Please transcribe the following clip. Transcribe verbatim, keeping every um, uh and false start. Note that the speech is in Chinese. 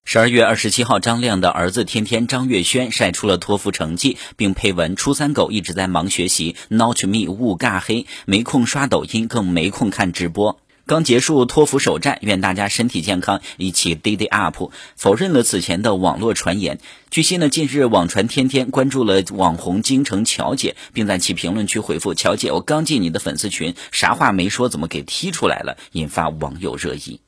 十二月二十七号，张亮的儿子天天张月轩晒出了托福成绩，并配文初三狗一直在忙学习 ，not me 勿尬黑，没空刷抖音，更没空看直播。刚结束托福首战，愿大家身体健康，一起 day day up， 否认了此前的网络传言。据悉呢，近日网传天天关注了网红京城乔姐，并在其评论区回复：乔姐，我刚进你的粉丝群，啥话没说，怎么给踢出来了？引发网友热议。